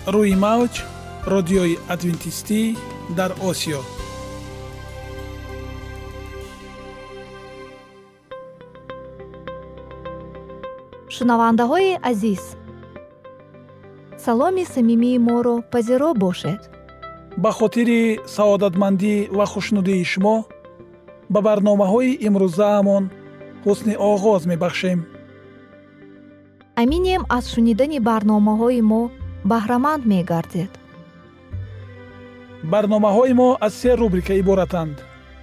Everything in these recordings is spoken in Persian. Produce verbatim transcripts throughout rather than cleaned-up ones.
روی موج رادیوی ادوینتیستی در آسیا. шунавандаҳои азиз, саломи самимии моро пазиро бошед. ба хотири саодатмандӣ ва хушнудии шумо ба барномаҳои имрӯзаамон ҳусни оғоз мебахшем. аминем аз шунидани барномаҳои мо баҳраманд мегардед. барномаҳои мо аз се рубрика иборатанд.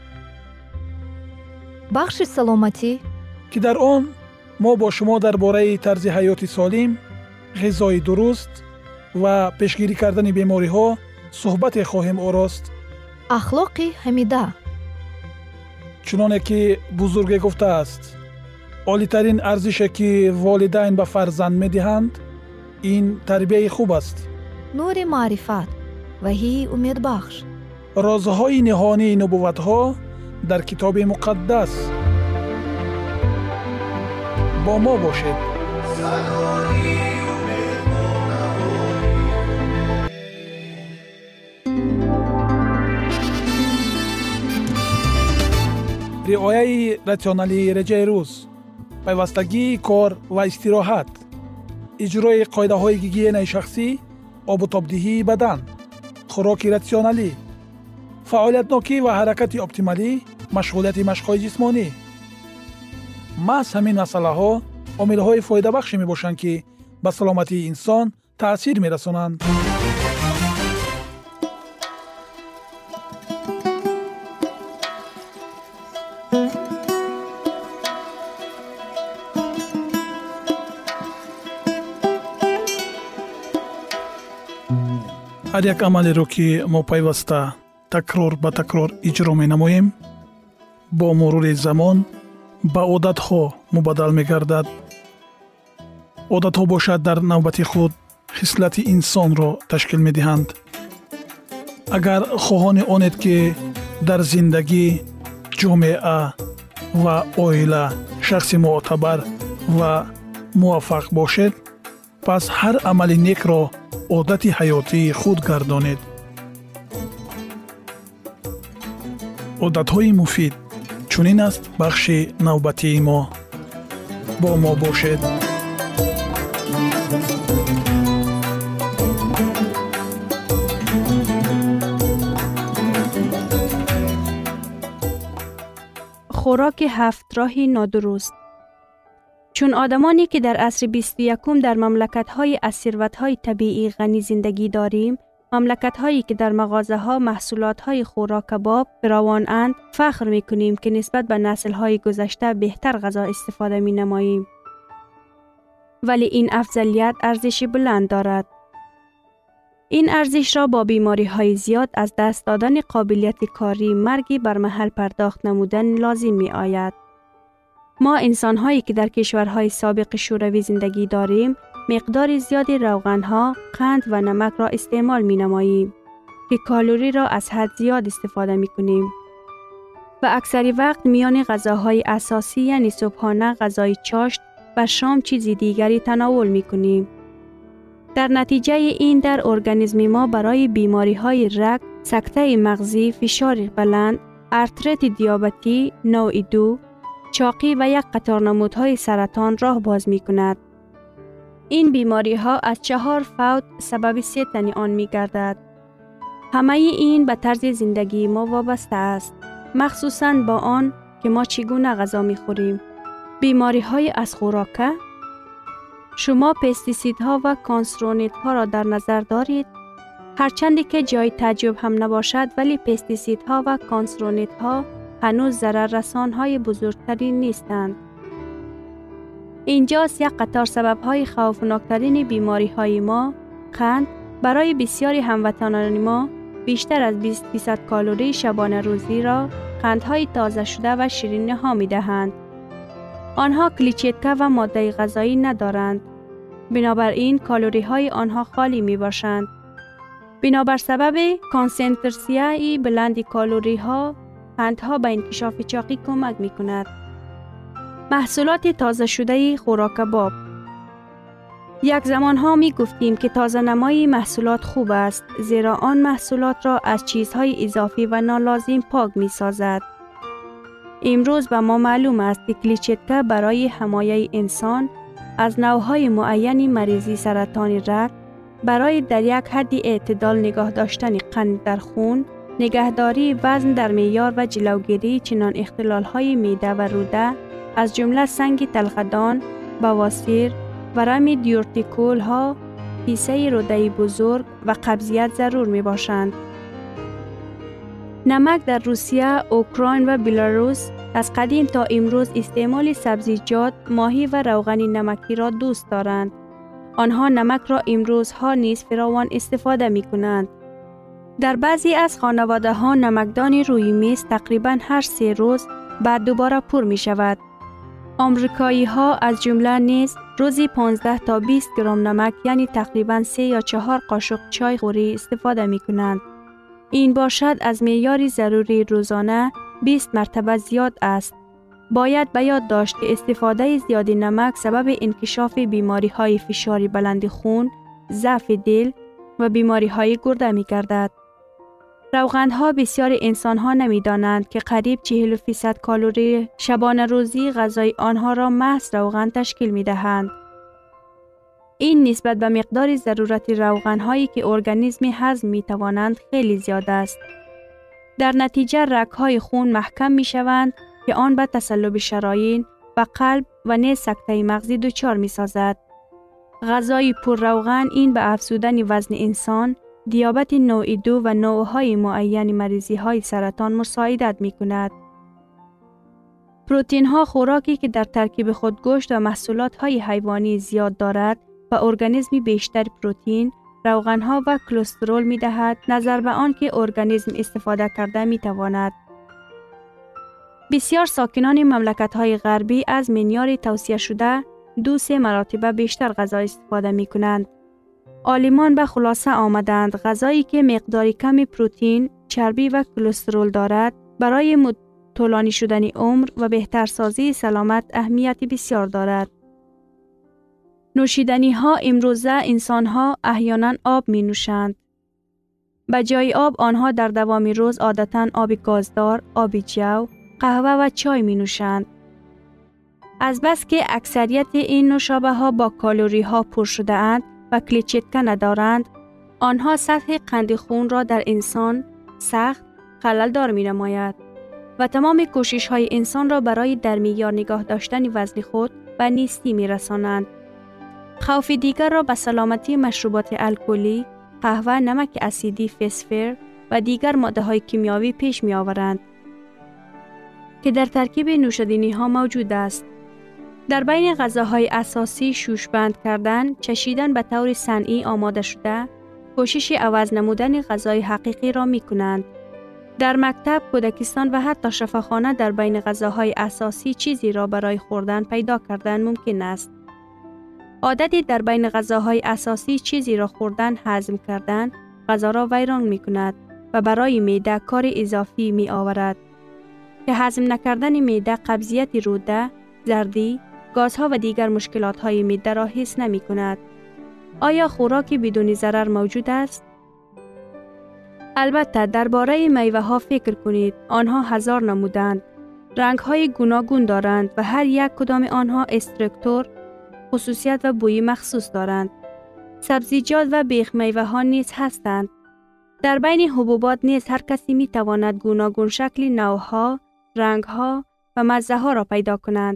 бахши саломатӣ, ки дар он мо бо шумо дар бораи тарзи ҳаёти солим, ғизои дуруст ва пешгирӣ кардани бемориҳо суҳбате хоҳем орост. ахлоқи ҳамида. чуноне ки бузурге гуфтааст, олитарин арзише ки волидайн ба фарзанд медиҳанд, ин тарбияи хуб аст. нури маърифат, ваҳии умедбахш. розҳои ниҳонии нубувватҳо дар китоби муқаддас. با ما باشد. رعایت راسیونالی رجای روز، پیوستگی کار و استراحت، اجرای قاعده‌های گیگین شخصی، آب و تابدهی بدن، خوراک راسیونالی، فعالیت نوکی و حرکت اپتیمالی، مشغولیت مشق‌های جسمانی. محض همین مسئله‌ها عامل‌های فایده بخش می‌باشند که به سلامتی انسان تأثیر می‌رسانند. هر یک عملی رو که ما پیوسته تکرار به تکرار اجرا می‌نماییم، با مرور زمان با عادت‌ها مبادل می‌گردد. عادت‌ها باشد در نوبت خود خصلت انسان را تشکیل می‌دهند. اگر خواهان آنید که در زندگی، جامعه و عائله شخص معتبر و موفق باشد، پس هر عمل نیک را عادت حیاتی خود گردانید. عادت‌های مفید چونین است بخش نوبتی ما. با ما باشد. خوراک هفت راهی نادرست. چون آدمانی که در عصر بیست و یکم در مملکت‌های از ثروت‌های طبیعی غنی زندگی داریم، مملکت‌هایی که در مغازه‌ها محصولات‌های خوراک کباب فراوان‌اند، فخر می‌کنیم که نسبت به نسل‌های گذشته بهتر غذا استفاده می‌نماییم. ولی این افضلیت ارزشی بلند دارد. این ارزش را با بیماری‌های زیاد از دست دادن قابلیت کاری، مرگی بر محل پرداخت نمودن لازم می‌آید. ما انسان‌هایی که در کشورهای سابق شوروی زندگی داریم، مقدار زیادی روغن‌ها، قند و نمک را استعمال می‌نماییم که کالری را از حد زیاد استفاده می‌کنیم. و اکثر وقت میان غذاهای اساسی یعنی صبحانه، غذای چاشت و شام چیزی دیگری تناول می‌کنیم. در نتیجه این در ارگانیسم ما برای بیماری‌های رگ، سکته مغزی، فشار بلند، ارتریت دیابتی نوع دو، چاقی و یک قطار نمودهای سرطان راه باز می‌کند. این بیماری ها از چهار فوت سبب سه تن آن می گردد. همه این به طرز زندگی ما وابسته است، مخصوصاً با آن که ما چگونه غذا می خوریم. بیماری های از خوراک. شما پستیسیدها و کانسرونیت ها را در نظر دارید؟ هرچند که جای تعجب هم نباشد، ولی پستیسیدها و کانسرونیت ها هنوز ضرر رسان های بزرگتری نیستند. اینجاست یک قطار سبب‌های خوفناکترین بیماری‌های ما. قند برای بسیاری هموطنان ما بیشتر از بیست درصد کالری شبانه روزی را قندهای تازه شده و شیرینی ها می‌دهند. آنها کلیچیتکا و ماده غذایی ندارند. بنابراین کالری های آنها خالی می‌باشند. بنابر سبب کانسنتراسیون بلند کالری ها، قندها به انکشاف چاقی کمک می‌کند. محصولات تازه شده خوراک کباب. یک زمان ها می گفتیم که تازه نمایی محصولات خوب است، زیرا آن محصولات را از چیزهای اضافی و نالازم پاک می سازد. امروز به ما معلوم است که کلیچیتکا برای حمایه انسان از نوعهای معینی مریضی سرطان رگ، برای در یک حد اعتدال نگاه داشتن قند در خون، نگهداری وزن در معیار و جلوگیری چنان اختلال‌های معده و روده از جمله سنگ تلخدان، بواسیر، ورم دیورتیکول ها، حیصه روده بزرگ و قبضیت ضرور می باشند. نمک در روسیه، اوکراین و بلاروس از قدیم تا امروز استعمال سبزیجات، ماهی و روغن نمکی را دوست دارند. آنها نمک را امروزها نیز فراوان استفاده می کنند. در بعضی از خانواده ها نمکدان روی میز تقریباً هر سه روز بعد دوباره پر می شود. آمریکایی ها از جمله نیز روزی پانزده تا بیست گرم نمک یعنی تقریباً سه یا چهار قاشق چای خوری استفاده می کنند. این باشد از معیار ضروری روزانه بیست مرتبه زیاد است. باید به یاد داشت که استفاده زیاد نمک سبب انکشاف بیماری های فشار بلند خون، ضعف دل و بیماری های گرده می گردد. روغندها بسیار انسان ها نمی دانند که قریب چهل فیصد کالری شبانه روزی غذای آنها را محض روغن تشکیل می دهند. این نسبت به مقدار ضرورت روغن هایی که ارگانیسم هضم می توانند خیلی زیاد است. در نتیجه رگ های خون محکم می شوند که آن به تصلب شرايين و قلب و نیز سکته مغزی دچار می سازد. غذای پر روغن این به افزودن وزن انسان، دیابت نوع دو و نوعهای معین مریضی های سرطان مساعدت می کند. پروتین ها خوراکی که در ترکیب خود گوشت و محصولات های حیوانی زیاد دارد و ارگانیسم بیشتر پروتین، روغن ها و کلسترول می دهد، نظر به آن که ارگانیسم استفاده کرده می تواند. بسیار ساکنان مملکت های غربی از معیار توصیه شده دو سه مراتبه بیشتر غذا استفاده می کنند. عالمان به خلاصه آمدند غذایی که مقدار کمی پروتین، چربی و کلسترول دارد برای طولانی شدن عمر و بهترسازی سلامت اهمیت بسیار دارد. نوشیدنی ها امروزه انسان ها احیانا آب می نوشند. به جای آب آنها در دوام روز عادتاً آب گازدار، آب جو، قهوه و چای می نوشند. از بس که اکثریت این نوشابه ها با کالری ها پر شده اند و کلیچیتکا ندارند، آنها سطح قند خون را در انسان سخت خلل دار می نماید و تمام کوشش های انسان را برای در معیار نگاه داشتن وزن خود به نیستی می رسانند. خوف دیگر را به سلامتی مشروبات الکلی، قهوه، نمک اسیدی، فسفر و دیگر ماده های کیمیاوی پیش می آورند که در ترکیب نوشیدنی ها موجود است. در بین غذاهای اساسی شوشبند کردن، چشیدن به طور صنعی آماده شده، کوشش عوض نمودن غذای حقیقی را می کنند. در مکتب، کودکستان و حتی شفاخانه در بین غذاهای اساسی چیزی را برای خوردن پیدا کردن ممکن است. عادتی در بین غذاهای اساسی چیزی را خوردن، هضم کردن، غذا را ویران می کند و برای معده کار اضافی می آورد که هضم نکردن معده قبضیت روده، زردی، گازها و دیگر مشکلات های معده را حس نمی کند. آیا خوراکی بدون ضرر موجود است؟ البته درباره میوه ها فکر کنید. آنها هزار نمودند. رنگ های گوناگون دارند و هر یک کدام آنها استرکتور، خصوصیت و بوی مخصوص دارند. سبزیجات و بیخ میوه ها نیز هستند. در بین حبوبات نیز هر کسی می تواند گوناگون شکل نوعها، رنگها و مزه ها را پیدا کنند.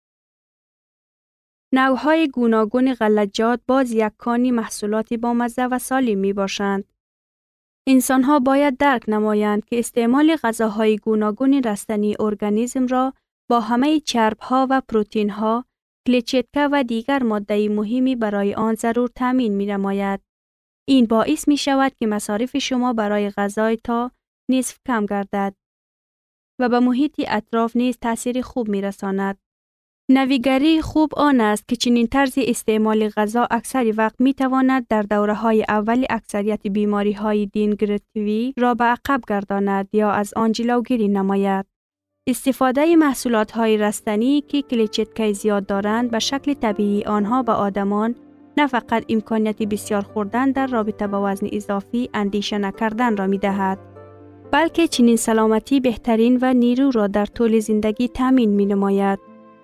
نوعهای گوناگون غلجات باز یک کانی محصولات با مزه و سالم می باشند. انسان ها باید درک نمایند که استعمال غذاهای گوناگون رستنی ارگانیسم را با همه چرب ها و پروتین ها، کلیچیتکا و دیگر ماده مهمی برای آن ضرور تامین می نماید. این باعث می شود که مصارف شما برای غذای تا نصف کم گردد و به محیط اطراف نیز تأثیر خوب می رساند. نویگری خوب آن است که چنین طرز استعمال غذا اکثر وقت می تواند در دوره های اول اکثریت بیماری های دینگرتیوی را به عقب گرداند یا از آن جلوگیری نماید. استفاده محصولات های رستنی که کلیچیتکا زیاد دارند به شکل طبیعی آنها به آدمان نه فقط امکانیت بسیار خوردن در رابطه با وزن اضافی اندیشه نکردن را می دهد، بلکه چنین سلامتی بهترین و نیرو را در طول زندگی تامین می نماید.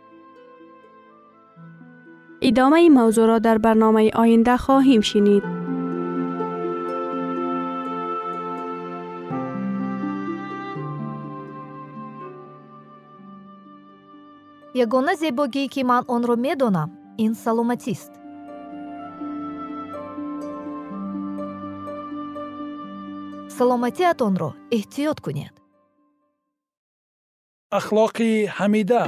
ادامه این موضوع را در برنامه آینده خواهیم شنید. ягона зебогие ки ман онро медонам ин саломатист. саломатиатонро эҳтиёт кунед. اخلاقی حمیده.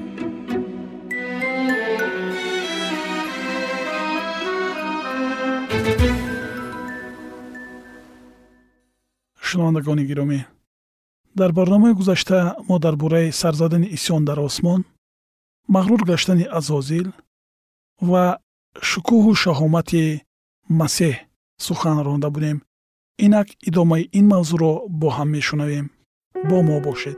شنوندگان گرامی، در برنامه گذشته ما درباره سرزدن عیسیان در آسمان، مغرور گشتن عزازیل و شکوه و شهامت مسیح سخن رانده بودیم. اینک ادامه این موضوع را با هم میشنویم. با ما باشید.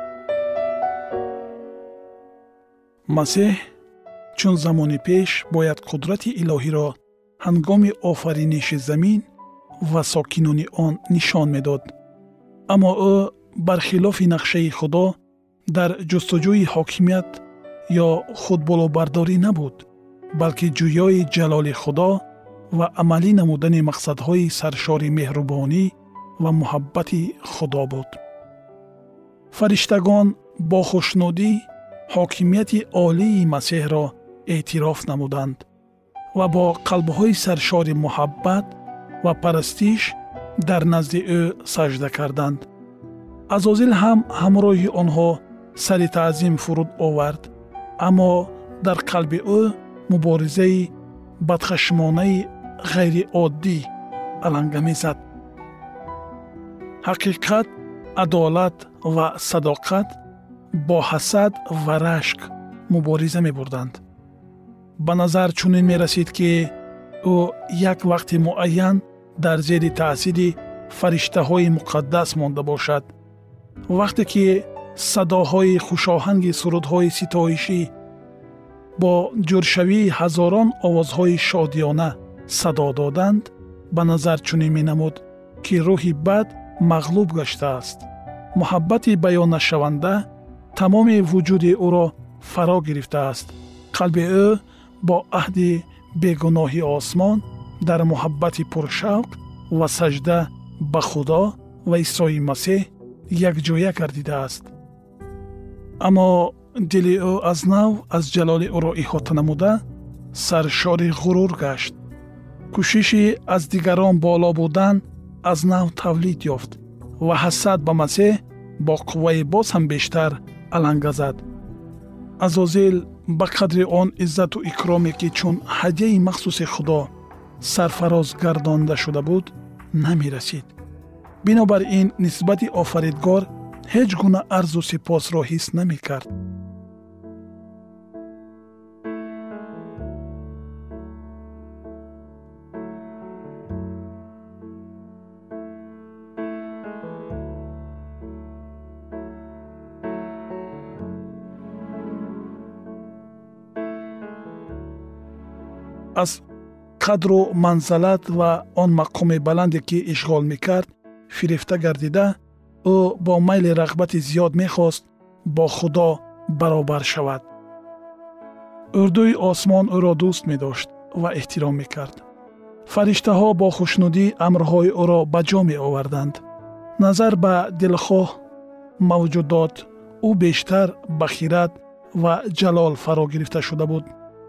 مسیح چون زمان پیش باید قدرت الهی را هنگام آفرینش زمین و ساکنان آن نشان میداد، اما او برخلاف نقشه خدا در جستجوی حاکمیت یا خودبالابرداری نبود، بلکه جویای جلال خدا و عملی نمودن مقصدهای سرشار مهربانی و محبت خدا بود. فرشتگان با خوشنودی حاکمیت عالی مسیح را اعتراف نمودند و با قلبهای سرشار محبت و پرستش در نزد او سجده کردند. عزازیل هم همراه آنها سر تعظیم فرود آورد، اما در قلب او مبارزه بدخشمانه غیر عادی علنگه می‌زد. حقیقت، عدالت و صداقت با حسد و رشک مبارزه می‌بردند. به نظر چنین می‌رسید که او یک وقت معین در زیر تأثیر فرشته‌های مقدس مانده باشد. وقتی که صداهای خوشاهنگ سرودهای ستایشی با جرشوی هزاران آوازهای شادیانه صدا دادند، به نظر چنین می‌نمود که روح بد مغلوب گشته است. محبت بیان نشونده تمام وجود او را فرا گرفته است. قلب او با عهد بیگناهی آسمان در محبت پرشوق و سجده به خدا و عیسی مسیح یک جایه گردیده است. اما دل او از نو از جلال او را احاطه نموده سرشار غرور گشت. کوشش از دیگران بالا بودن از نو تولید یافت و حسد به مسیح با قوه باز هم بیشتر علنگه زد. عزازیل به قدر آن عزت و اکرامی که چون هدیه مخصوص خدا سرفراز گردانده شده بود نمی رسید. بنابراین نسبت آفریدگار هیچ گونه عرض و سپاس را حس نمی کرد. از قدر و منزلت و آن مقام بلندی که اشغال میکرد فریفته گردیده، او با میل رغبت زیاد میخواست با خدا برابر شود. اردوی آسمان او را دوست میداشت و احترام میکرد. فرشته ها با خوشنودی امرهای او را به جا می آوردند. نظر به دلخواه موجودات او بیشتر به خیرت و جلال فرا گرفته شده بود.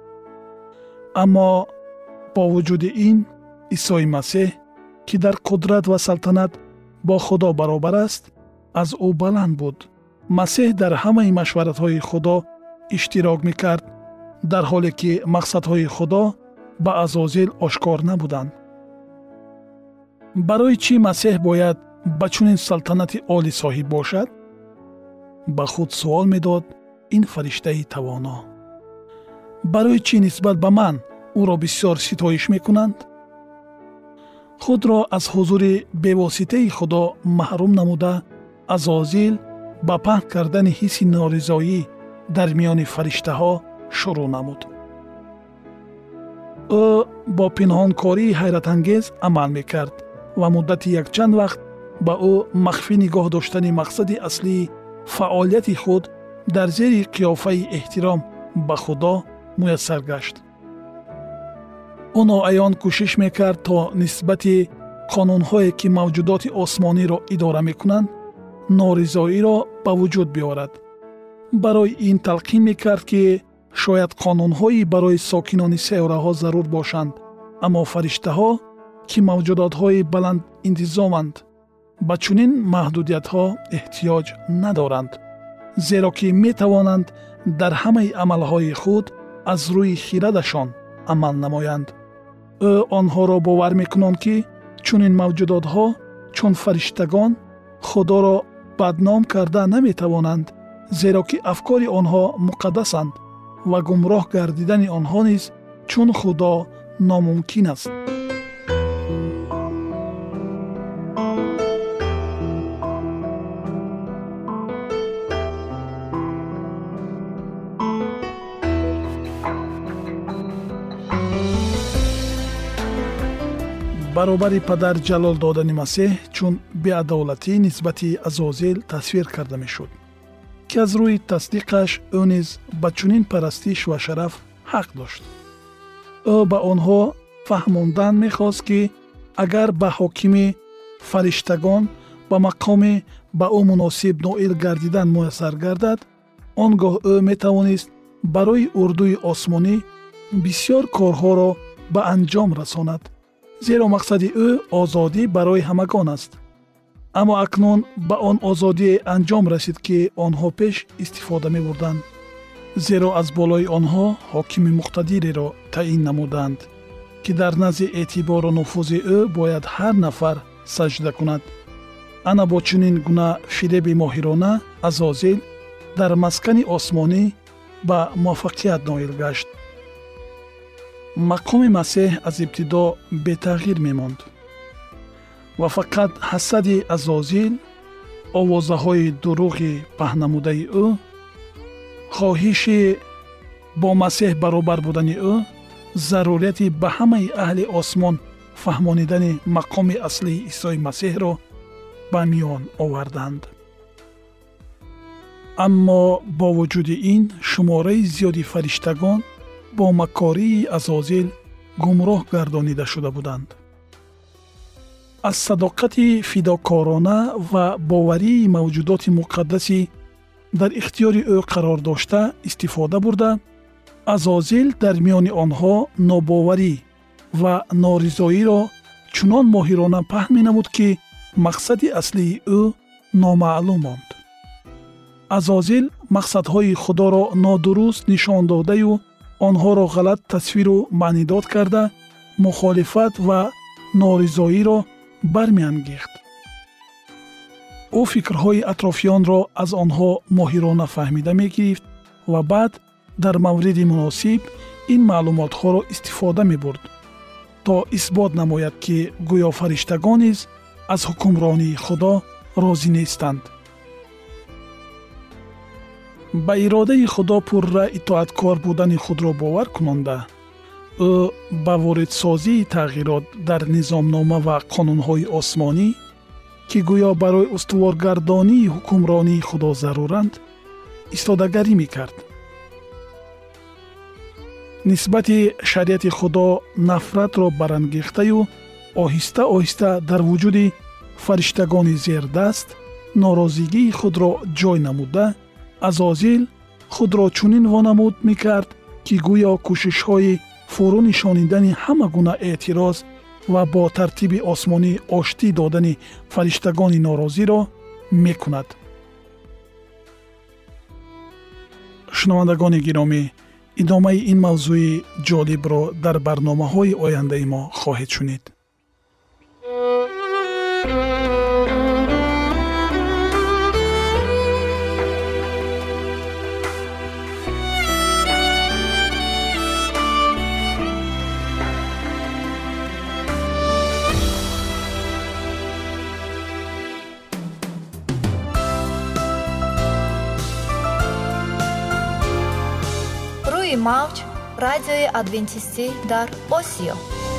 اما با وجود این عیسی مسیح که در قدرت و سلطنت با خدا برابر است از او بلند بود. مسیح در همه مشورت‌های خدا اشتراک می‌کرد، در حالی که مقصدهای خدا به عزازیل آشکار نبودند. برای چی مسیح باید به چنین سلطنت عالی صاحب باشد؟ به خود سوال می‌داد این فرشته توانا. برای چی نسبت به من او را بسیار ستایش می‌کنند؟ خود را از حضور بی‌واسطه خدا محروم نموده عزازیل با پهن کردن حس نارضایی در میان فرشته ها شروع نمود. ӯ бо пинҳонкории ҳайратангез амал мекард ва муддати якчанд вақт ба ӯ махфӣ нигоҳ доштани мақсади аслии фаъолияти худ дар зери қиёфаи эҳтиром ба худо муяссар гашт. ӯ ноаён кӯшиш мекард то нисбати қонунҳое ки мавҷудоти осмониро идора мекунанд норизоиро ба вуҷуд биёрад. барои ин талқин мекард ки шояд қонунҳои барои сокинони сайёраҳо зарур бошанд, аммо фариштаҳо ки мавҷудотҳои баландинтизоманд ба чунин маҳдудиятҳо эҳтиёҷ надоранд, зеро ки метавонанд дар ҳамаи амалҳои худ аз рӯи хирадашон амал намоянд. ӯ онҳоро бовар мекунанд ки чунин мавҷудотҳо чун фариштагон худоро бадном карда наметавонанд, зеро ки афкори онҳо муқаддасанд ва гумроҳ гардидани онҳо низ чун худо номумкин аст. баробари падар ҷалол додани масеҳ чун беадолатӣ нисбати азозил тасвир карда мешуд, ки аз рӯи тасдиқаш ӯ низ ба чунин парастиш ва шараф ҳақ дошт. ӯ ба онҳо фаҳмондан мехост ки агар ба ҳокими фариштагон ба мақоми ба ӯ муносиб ноил гардидан муяссар гардад, он гоҳ ӯ метавонист барои урдуи осмонӣ бисьёр корҳоро ба анҷом расонад, зеро мақсади ӯ озодӣ барои ҳамагон аст. аммо акнун ба он озодие анҷом расид ки онҳо пеш истифода мебурданд, зеро аз болои онҳо ҳокими муқтадиреро таъин намуданд, ки дар назди эътибору нуфузи ӯ бояд ҳар нафар саҷда кунад. ана бо чунин гуна фиреби моҳирона азозил дар маскани осмонӣ ба муваффақият ноил гашт. мақоми масеҳ аз ибтидо бетағйир мемонд ва фақат ҳасади азозил, овозаҳои дурӯғи паҳнамудаи ӯ, хоҳиши бо масеҳ баробар будани ӯ, зарурияти ба ҳамаи аҳли осмон фаҳмонидани мақоми аслии исои масеҳро ба миён оварданд. аммо бо вуҷуди ин шумораи зиёди фариштагон бо макории азозил гумроҳ гардонида шуда буданд. аз садоқати фидокорона ва боварии мавҷудоти муқаддаси дар ихтиёри ӯ қарор дошта истифода бурда, азозил дар миёни онҳо нобоварӣ ва норизоиро чунон моҳирона паҳн менамуд, ки мақсади аслии ӯ номаълум монд. азозил мақсадҳои худоро нодуруст нишон додаю онҳоро ғалат тасвиру маънидод карда, мухолифат ва норизоиро бармеангехт. ӯ фикрҳои атрофиёнро аз онҳо моҳирона фаҳмида мегирифт ва баъд дар мавриди муносиб ин маълумотҳоро истифода мебурд, то исбот намояд, ки гӯё фариштагон низ аз ҳукмронии худо розӣ нестанд. ба иродаи худо пурра итоаткор будани худро бовар кунонда, ӯ ба воридсозии тағйирот дар низомнома ва қонунҳои осмонӣ, ки гӯё барои устуворгардонии ҳукмронии худо заруранд, истодагарӣ мекард. нисбати шариати худо нафратро барангехтаю оҳиста оҳиста дар вуҷуди фариштагони зердаст норозигии худро ҷой намуда, азозил худро чунин вонамуд мекард, ки гӯё кӯшишҳои фурӯ нишонидани ҳама гуна эътироз ва бо тартиби осмонӣ оштӣ додани фариштагони норозиро мекунад. шунавандагони гиромӣ, идомаи ин мавзӯи ҷолибро дар барномаҳои ояндаи мо хоҳед шунид. мавҷ радиои адвентисти дар осиё.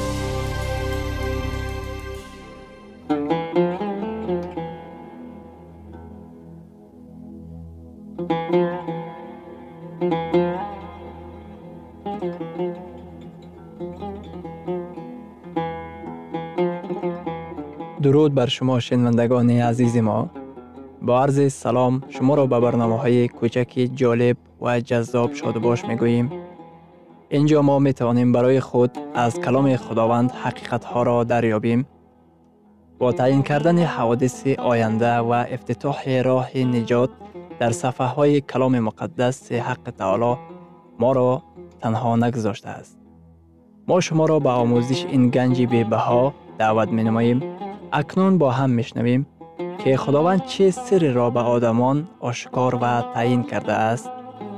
درود بر شما شنوندگان عزیز ما. با عرض سلام شما را به برنامه‌های کوچک جالب و جذاب شادباش می‌گوییم. اینجا ما می‌توانیم برای خود از کلام خداوند حقیقت‌ها را دریابیم. با تعیین کردن حوادث آینده و افتتاح راه نجات در صفحه‌های کلام مقدس حق تعالی ما را تنها نگذاشته است. ما شما را به آموزش این گنج بی‌بها دعوت می‌نماییم. اکنون با هم می‌شنویم که خداوند چه سری را به آدمان آشکار و تعیین کرده است.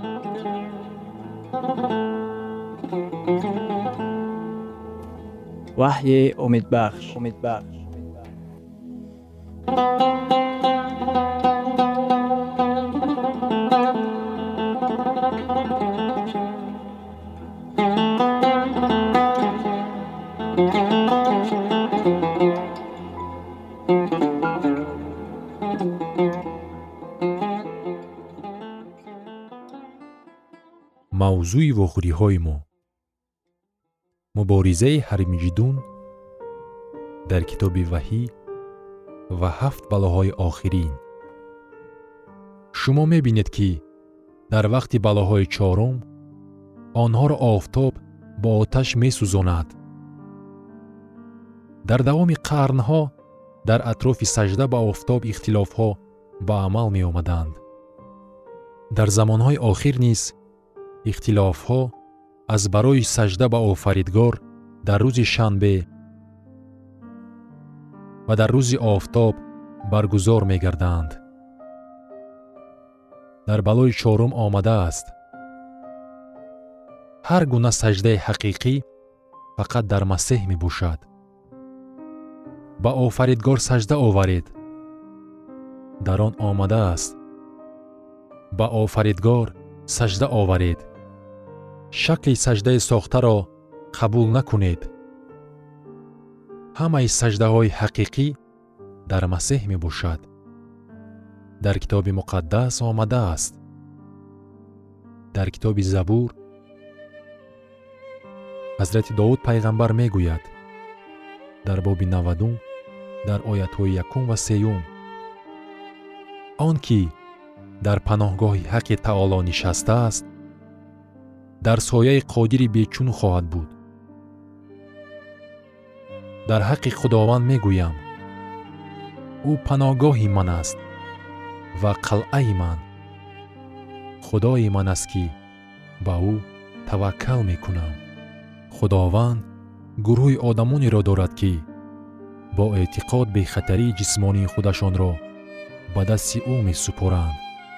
وحی امیدبخش. امیدبخش. موضوع وخوری های ما مبارزه هرمجدون در کتاب وحی و هفت بلاهای آخرین. شما می‌بینید که در وقت بلاهای چهارم آنها را آفتاب با آتش می‌سوزاند. در دوام قرنها در اطراف سجده به آفتاب اختلاف‌ها به عمل می‌آمدند. در زمانهای آخر نیز اختلاف‌ها از برای سجده به آفریدگار در روز شنبه و در روز آفتاب برگزار می‌گردند. در بلای چهارم آمده است: هر گونه سجده حقیقی فقط در مسیح می‌باشد. به آفریدگار سجده آورید. در آن آمده است: به آفریدگار سجده آورید. شکل سجده ساخته را قبول نکنید. همه سجده های حقیقی در مسیح می باشد. در کتاب مقدس آمده است. در کتاب زبور حضرت داود پیغمبر می گوید در باب نودم در آیت های یکم و سیوم: آن کی در پناهگاه حق تعالی نشسته است در سایه قادر بیچون خواهد بود. در حق خداوند می گویم او پناهگاهی من است و قلعه من. خدای من است که به او توکل می کنم. خداوند گروه آدمانی را دارد که با اعتقاد به خطری جسمانی خودشان را به دست او می سپارند.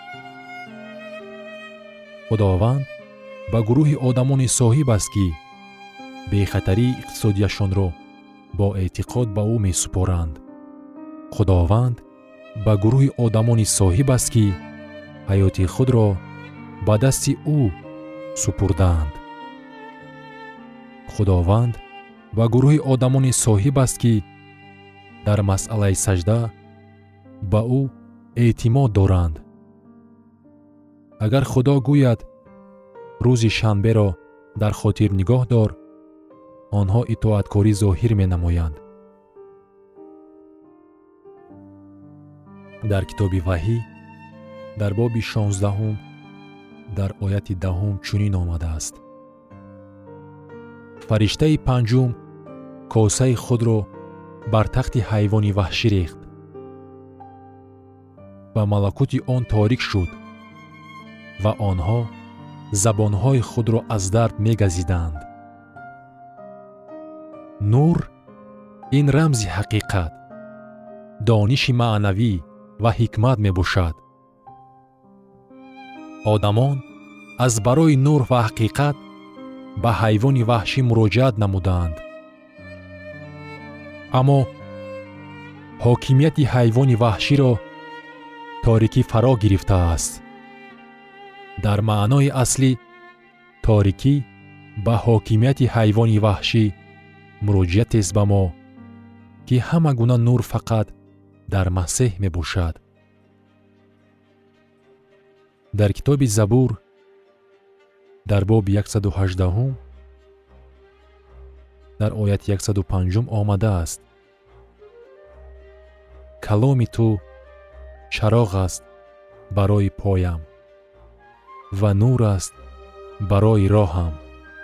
خداوند با گروه آدمان صاحب است که به خطری اقتصادیشان را با اعتقاد به او می سپارند. خداوند با گروه آدمان صاحب است که حیات خود را به دست او سپردند. خداوند با گروه آدمان صاحب است که در مسئله سجده به او اعتماد دارند. اگر خدا گوید روز شنبه را در خاطر نگاه دار، آنها اطاعتکاری ظاهر می نمایند. در کتاب وحی در باب شانزدهم در آیت دهم چنین آمده است: فرشته پنجم کاسه خود را بر تخت حیوان وحشی ریخت و ملکوت آن تاریک شد و آنها زبانهای خود را از درد می‌گزیدند. نور این رمز حقیقت، دانش معنوی و حکمت میباشد. آدمان از برای نور و حقیقت به حیوان وحشی مراجعت نمودند. اما حاکمیت حیوان وحشی را تاریکی فرا گرفته است. در معنای اصلی تاریکی به حاکمیت حیوان وحشی مراجعت است به ما که همه گونه نور فقط در مسیح می باشد. در کتاب زبور در باب صد و هجده در آیت صد و پنج آمده است: کلام تو چراغ است برای پایم و نور است برای راهم.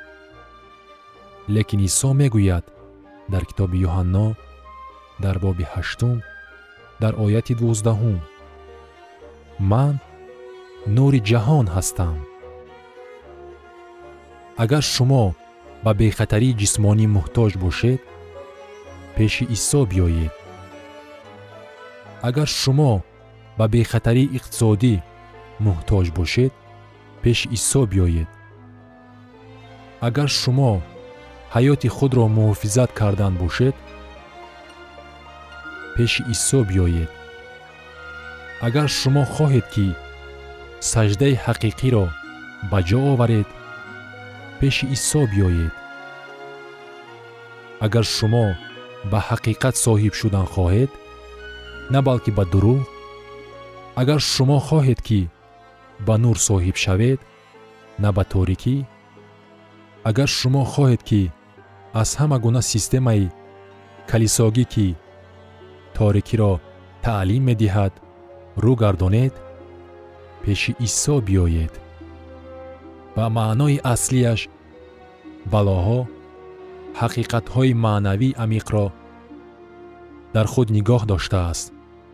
لیکن عیسی می گوید در کتاب یوحنا در باب هشتم در آیت دوازدهم: من نور جهان هستم. اگر شما به بی‌خطری جسمانی محتاج باشید، پیش عیسی بیایید. اگر شما به بی‌خطری اقتصادی محتاج باشید، پیش عیسی بیایید. اگر شما حیات خود را محافظت کردن باشید، پیش عیسی بیایید. اگر شما خواهید که سجده حقیقی را به جا آورید، پیش عیسی بیایید. اگر شما به حقیقت صاحب شدن خواهید، نه بلکه به دروغ، اگر شما خواهید که به نور صاحب شوید، نه به تاریکی، اگر شما خواهید که از همه گونه سیستم کلیساگی که تاریکی را تعلیم می دهد رو گردانید، پیش عیسی بیایید. به معنای اصلیش بلاها، حقیقت‌های معنوی عمیق را در خود نگاه داشته است.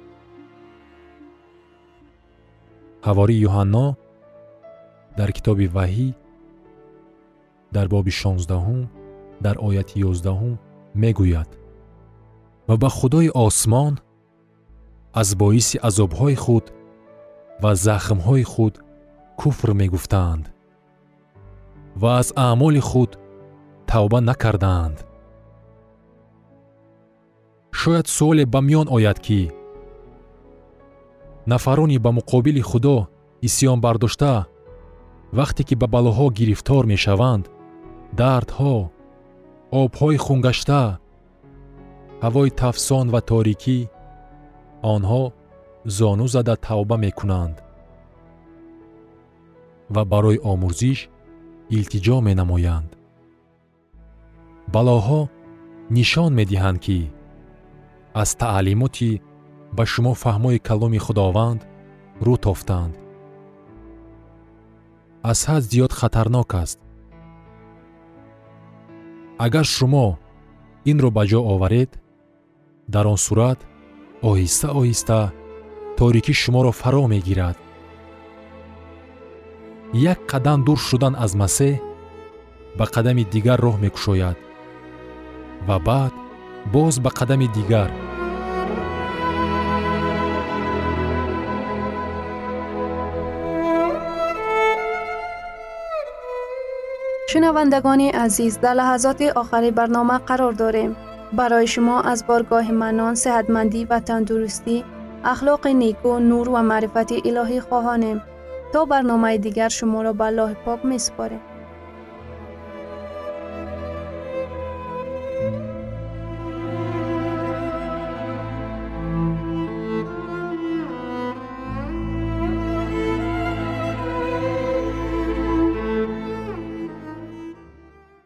حواری یوحنا در کتاب وحی در باب شانزده در آیت یازده می گوید: و به خدای آسمان از باعث عذاب‌های خود و زخم‌های خود کفر می گفتند و از اعمال خود توبه نکردند. شاید سوال به میان آید که نفرانی به مقابل خدا عصیان برداشته وقتی که به بلاها گرفتار می شوند، دردها، آبهای خونگشته، هوای تفسان و تاریکی، آنها زانو زده توبه می کنند و برای آمرزش التجا می نمایند. بلاها نشان می دهند که از تعلیماتی به شما فهمای کلام خداوند رو تافتند. از حد زیاد خطرناک است. اگر شما این رو به جا آورید، در آن صورت آهسته آهسته تاریکی شما را فرا می گیرد. یک قدم دور شدن از مسیح به قدم دیگر راه می کشاید و بعد باز به قدم دیگر. شنوندگان عزیز، در لحظات آخری برنامه قرار داریم. برای شما از بارگاه منان، صحتمندی و تندرستی، اخلاق نیکو، نور و معرفت الهی خواهانیم. تا برنامه دیگر شما را به الله پاک می سپاریم.